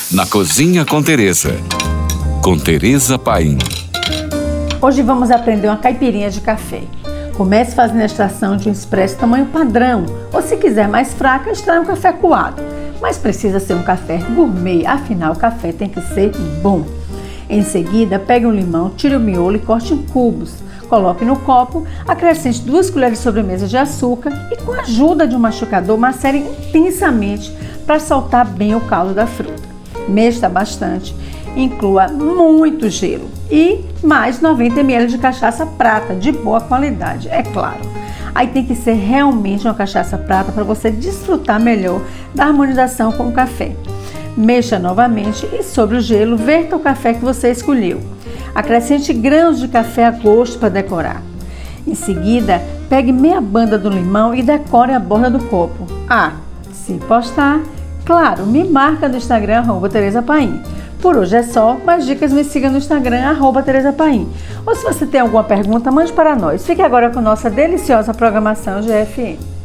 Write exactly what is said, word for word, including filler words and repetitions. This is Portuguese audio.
Na Cozinha com Tereza. Com Tereza Paim. Hoje vamos aprender uma caipirinha de café. Comece fazendo a extração de um expresso tamanho padrão, ou se quiser mais fraca, extrai um café coado. Mas precisa ser um café gourmet, afinal o café tem que ser bom. Em seguida, pegue um limão, tire o miolo e corte em cubos. Coloque no copo, acrescente duas colheres de sobremesa de açúcar e, com a ajuda de um machucador, macere intensamente para soltar bem o caldo da fruta. Mexa bastante, inclua muito gelo e mais noventa mililitros de cachaça prata de boa qualidade, é claro. Aí tem que ser realmente uma cachaça prata para você desfrutar melhor da harmonização com o café. Mexa novamente e sobre o gelo, verta o café que você escolheu. Acrescente grãos de café a gosto para decorar. Em seguida, pegue meia banda do limão e decore a borda do copo. Ah, se postar, claro, me marca no Instagram, arroba Tereza Paim. Por hoje é só, mais dicas me siga no Instagram, arroba Tereza Paim. Ou se você tem alguma pergunta, mande para nós. Fique agora com nossa deliciosa programação G F M.